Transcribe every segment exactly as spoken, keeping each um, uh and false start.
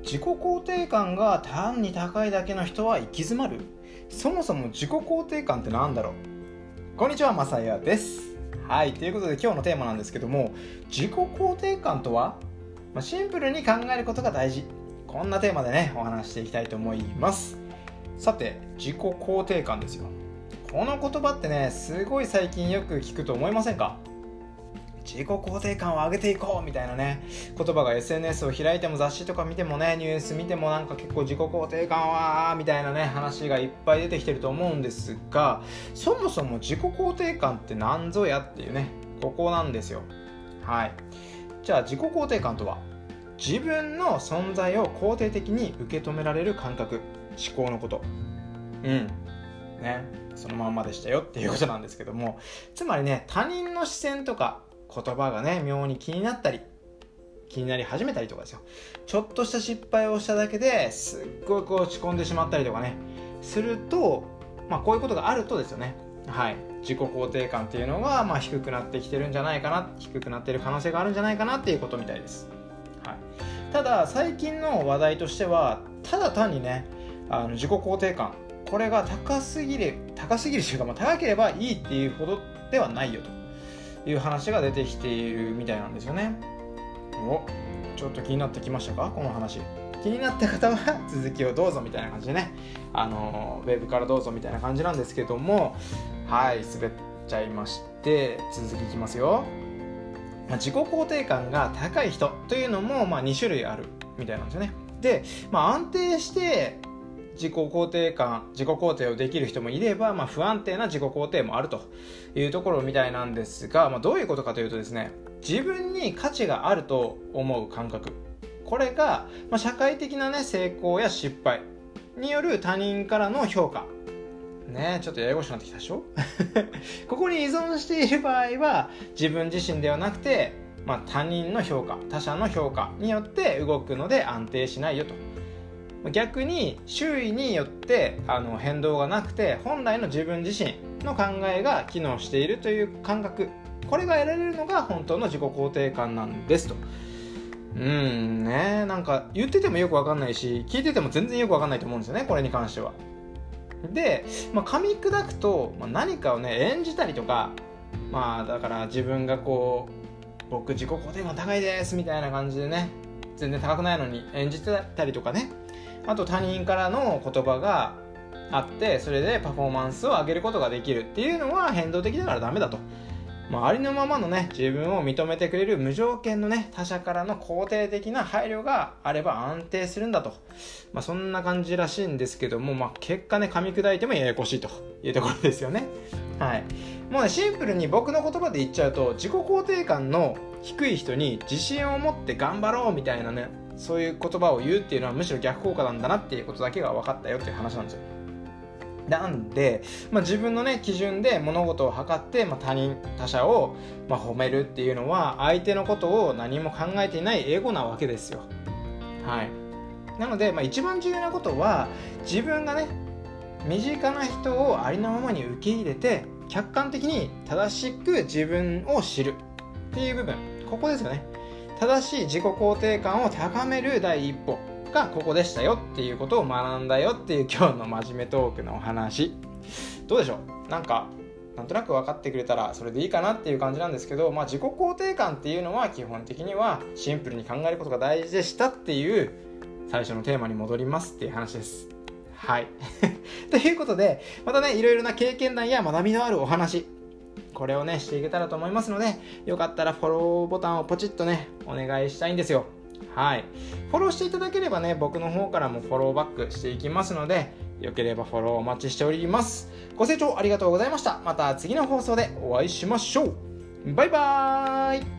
自己肯定感が単に高いだけの人は行き詰まる？そもそも自己肯定感ってなんだろう？こんにちは、まさやです。はい、ということで今日のテーマなんですけども、自己肯定感とは、まあ、シンプルに考えることが大事。こんなテーマでね、お話していきたいと思います。さて、自己肯定感ですよ。この言葉ってね、すごい最近よく聞くと思いませんか？自己肯定感を上げていこうみたいなね言葉が エスエヌエス を開いても雑誌とか見てもねニュース見てもなんか結構自己肯定感はみたいなね話がいっぱい出てきてると思うんですが、そもそも自己肯定感って何ぞやっていうねここなんですよ。はい。じゃあ自己肯定感とは、自分の存在を肯定的に受け止められる感覚、思考のこと。うんねそのまんまでしたよっていうことなんですけども、つまりね他人の視線とか言葉がね妙に気になったり気になり始めたりとかですよ。ちょっとした失敗をしただけですっごいこう落ち込んでしまったりとかねすると、まあこういうことがあるとですよね、はい、自己肯定感っていうのがまあ低くなってきてるんじゃないかな低くなってる可能性があるんじゃないかなっていうことみたいです。はい、ただ最近の話題としてはただ単にねあの自己肯定感これが高すぎる高すぎるというか、まあ、高ければいいっていうほどではないよという話が出てきているみたいなんですよね。お、ちょっと気になってきましたか？この話気になった方は続きをどうぞみたいな感じでね、あのウェブからどうぞみたいな感じなんですけども、はい滑っちゃいまして続きいきますよ。まあ、自己肯定感が高い人というのもまあに種類あるみたいなんですよね。で、まあ、安定して自己肯定感自己肯定をできる人もいれば、まあ、不安定な自己肯定もあるというところみたいなんですが、まあ、どういうことかというとですね、自分に価値があると思う感覚、これが、まあ、社会的な、ね、成功や失敗による他人からの評価ね、ちょっとややこしくなってきたでしょここに依存している場合は自分自身ではなくて、まあ、他人の評価他者の評価によって動くので安定しないよと。逆に周囲によってあの変動がなくて本来の自分自身の考えが機能しているという感覚、これが得られるのが本当の自己肯定感なんですと。うーんねなんか言っててもよく分かんないし聞いてても全然よく分かんないと思うんですよね、これに関しては。で、まあ、噛み砕くと、まあ、何かをね演じたりとか、まあだから自分がこう僕自己肯定感高いですみたいな感じでね全然高くないのに演じてたりとかね、あと他人からの言葉があってそれでパフォーマンスを上げることができるっていうのは変動的だからダメだと。まあ、ありのままのね自分を認めてくれる無条件のね他者からの肯定的な配慮があれば安定するんだと、まあ、そんな感じらしいんですけども、まあ、結果ね噛み砕いてもややこしいというところですよね。はい、もうねシンプルに僕の言葉で言っちゃうと、自己肯定感の低い人に自信を持って頑張ろうみたいなねそういう言葉を言うっていうのはむしろ逆効果なんだなっていうことだけが分かったよっていう話なんですよ。なんで、まあ、自分のね基準で物事を測って、まあ、他人他者を、まあ、褒めるっていうのは相手のことを何も考えていないエゴなわけですよ。はい。なので、まあ、一番重要なことは自分がね身近な人をありのままに受け入れて客観的に正しく自分を知るっていう部分、ここですよね。正しい自己肯定感を高める第一歩がここでしたよっていうことを学んだよっていう今日の真面目トークのお話。どうでしょう、なんかなんとなく分かってくれたらそれでいいかなっていう感じなんですけど、まあ、自己肯定感っていうのは基本的にはシンプルに考えることが大事でしたっていう最初のテーマに戻りますっていう話です。はいということでまたねいろいろな経験談や学びのあるお話、これをねしていけたらと思いますので、よかったらフォローボタンをポチッとねお願いしたいんですよ。はい、フォローしていただければね僕の方からもフォローバックしていきますので、よければフォローお待ちしております。ご清聴ありがとうございました。また次の放送でお会いしましょう。バイバーイ。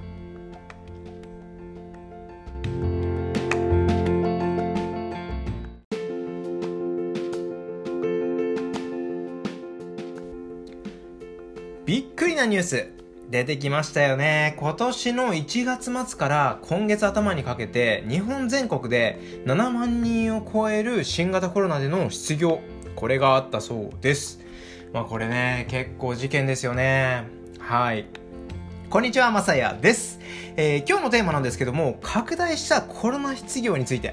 びっくりなニュース出てきましたよね。今年のいちがつ末から今月頭にかけて日本全国でななまんにんを超える新型コロナでの失業、これがあったそうです。まあこれね結構事件ですよね。はい、こんにちは、まさやです。えー、今日のテーマなんですけども、拡大したコロナ失業について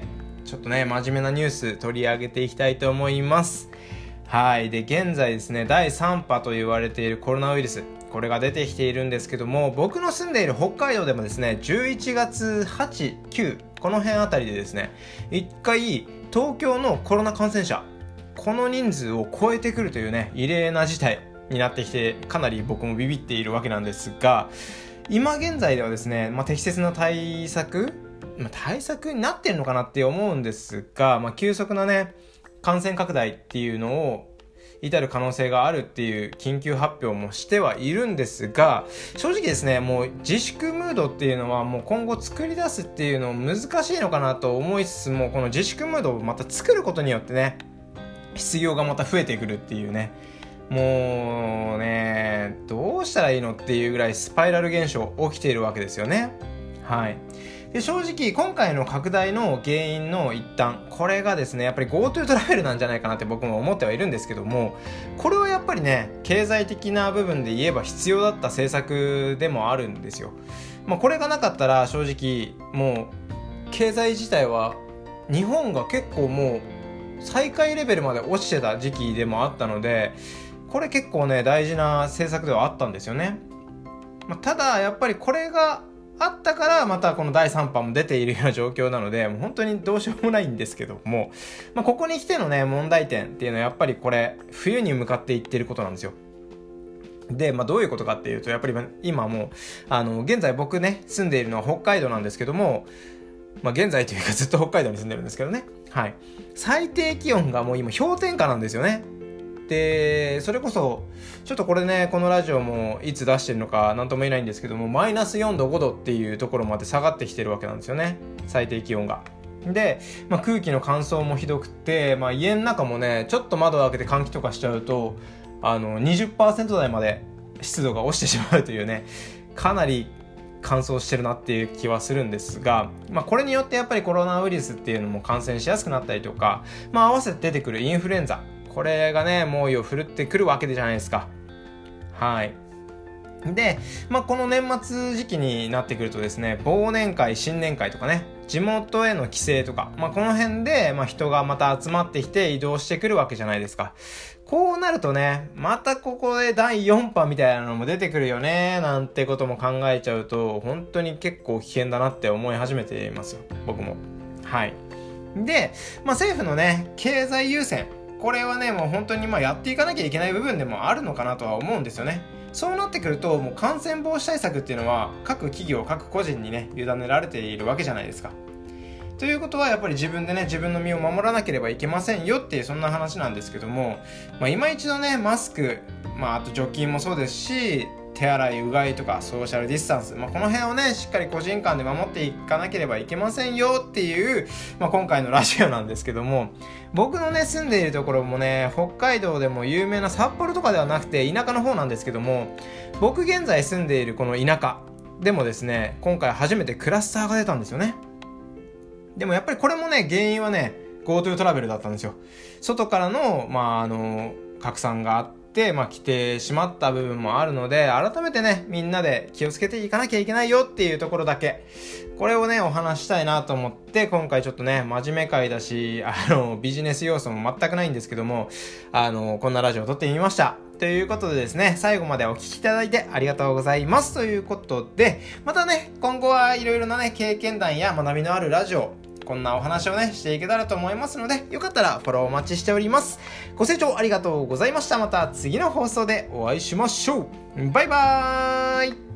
ちょっとね真面目なニュース取り上げていきたいと思います。はい。で、現在ですね、だいさん波と言われているコロナウイルス、これが出てきているんですけども、僕の住んでいる北海道でもですね、じゅういちがつはち、く、この辺あたりでですね、一回東京のコロナ感染者、この人数を超えてくるというね、異例な事態になってきて、かなり僕もビビっているわけなんですが、今現在ではですね、まあ、適切な対策、まあ、対策になっているのかなって思うんですが、まあ、急速なね、感染拡大っていうのを至る可能性があるっていう緊急発表もしてはいるんですが、正直ですね、もう自粛ムードっていうのはもう今後作り出すっていうの難しいのかなと思いつつも、この自粛ムードをまた作ることによってね、失業がまた増えてくるっていうね、もうね、どうしたらいいのっていうぐらいスパイラル現象起きているわけですよね。はい。で、正直今回の拡大の原因の一端、これがですね、やっぱり GoTo トラベルなんじゃないかなって僕も思ってはいるんですけども、これはやっぱりね、経済的な部分で言えば必要だった政策でもあるんですよ。まあ、これがなかったら正直もう経済自体は日本が結構もう最下位レベルまで落ちてた時期でもあったので、これ結構ね大事な政策ではあったんですよね。まあ、ただやっぱりこれがあったからまたこのだいさん波も出ているような状況なので、もう本当にどうしようもないんですけども、まあ、ここに来てのね問題点っていうのはやっぱりこれ冬に向かっていってることなんですよ。で、まあ、どういうことかっていうと、やっぱり今もうあの現在僕ね住んでいるのは北海道なんですけども、まあ、現在というかずっと北海道に住んでるんですけどね、はい、最低気温がもう今氷点下なんですよね。で、それこそちょっとこれね、このラジオもいつ出してるのか何とも言えないんですけども、マイナスよんどごどっていうところまで下がってきてるわけなんですよね、最低気温が。で、まあ、空気の乾燥もひどくて、まあ、家の中もねちょっと窓を開けて換気とかしちゃうとあの にじゅっパーセント 台まで湿度が落ちてしまうというね、かなり乾燥してるなっていう気はするんですが、まあ、これによってやっぱりコロナウイルスっていうのも感染しやすくなったりとか、まあ、合わせて出てくるインフルエンザ、これがね猛威を振るってくるわけじゃないですか。はい。で、まあ、この年末時期になってくるとですね、忘年会新年会とかね、地元への帰省とか、まあ、この辺でまあ人がまた集まってきて移動してくるわけじゃないですか。こうなるとね、またここでだいよん波みたいなのも出てくるよねなんてことも考えちゃうと、本当に結構危険だなって思い始めていますよ、僕も。はい。で、まあ、政府のね経済優先、これはねもう本当にまあやっていかなきゃいけない部分でもあるのかなとは思うんですよね。そうなってくるともう感染防止対策っていうのは各企業各個人にね委ねられているわけじゃないですか。ということはやっぱり自分でね自分の身を守らなければいけませんよっていう、そんな話なんですけども、まあ、今一度ねマスク、まあ、あと除菌もそうですし、手洗いうがいとかソーシャルディスタンス、まあ、この辺をねしっかり個人間で守っていかなければいけませんよっていう、まあ、今回のラジオなんですけども、僕のね住んでいるところもね北海道でも有名な札幌とかではなくて田舎の方なんですけども、僕現在住んでいるこの田舎でもですね今回初めてクラスターが出たんですよね。でもやっぱりこれもね原因はね GoTo トラベルだったんですよ。外からのまああの拡散があって、まあ、来てしまった部分もあるので、改めてねみんなで気をつけていかなきゃいけないよっていうところだけ、これをねお話したいなと思って、今回ちょっとね真面目会だし、あのビジネス要素も全くないんですけども、あのこんなラジオを撮ってみました。ということでですね、最後までお聞きいただいてありがとうございますということで、またね今後はいろいろなね経験談や学びのあるラジオ、こんなお話をねしていけたらと思いますので、よかったらフォローお待ちしております。ご清聴ありがとうございました。また次の放送でお会いしましょう。バイバーイ。